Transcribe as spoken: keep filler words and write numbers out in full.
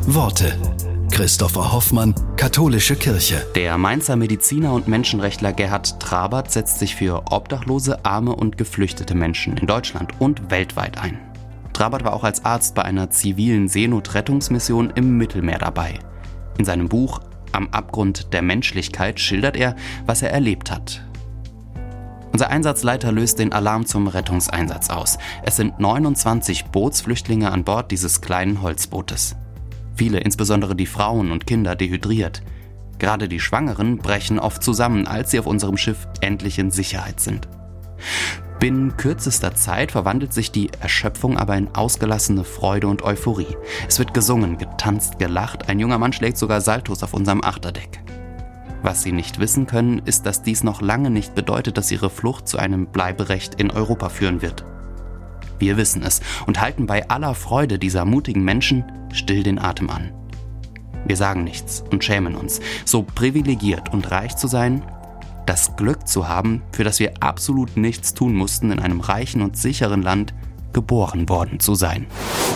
Worte. Christopher Hoffmann, Katholische Kirche. Der Mainzer Mediziner und Menschenrechtler Gerhard Trabert setzt sich für obdachlose, arme und geflüchtete Menschen in Deutschland und weltweit ein. Trabert war auch als Arzt bei einer zivilen Seenotrettungsmission im Mittelmeer dabei. In seinem Buch Am Abgrund der Menschlichkeit schildert er, was er erlebt hat. Unser Einsatzleiter löst den Alarm zum Rettungseinsatz aus. Es sind neunundzwanzig Bootsflüchtlinge an Bord dieses kleinen Holzbootes. Viele, insbesondere die Frauen und Kinder, dehydriert. Gerade die Schwangeren brechen oft zusammen, als sie auf unserem Schiff endlich in Sicherheit sind. Binnen kürzester Zeit verwandelt sich die Erschöpfung aber in ausgelassene Freude und Euphorie. Es wird gesungen, getanzt, gelacht, ein junger Mann schlägt sogar Saltos auf unserem Achterdeck. Was sie nicht wissen können, ist, dass dies noch lange nicht bedeutet, dass ihre Flucht zu einem Bleiberecht in Europa führen wird. Wir wissen es und halten bei aller Freude dieser mutigen Menschen still den Atem an. Wir sagen nichts und schämen uns, so privilegiert und reich zu sein, das Glück zu haben, für das wir absolut nichts tun mussten, in einem reichen und sicheren Land geboren worden zu sein.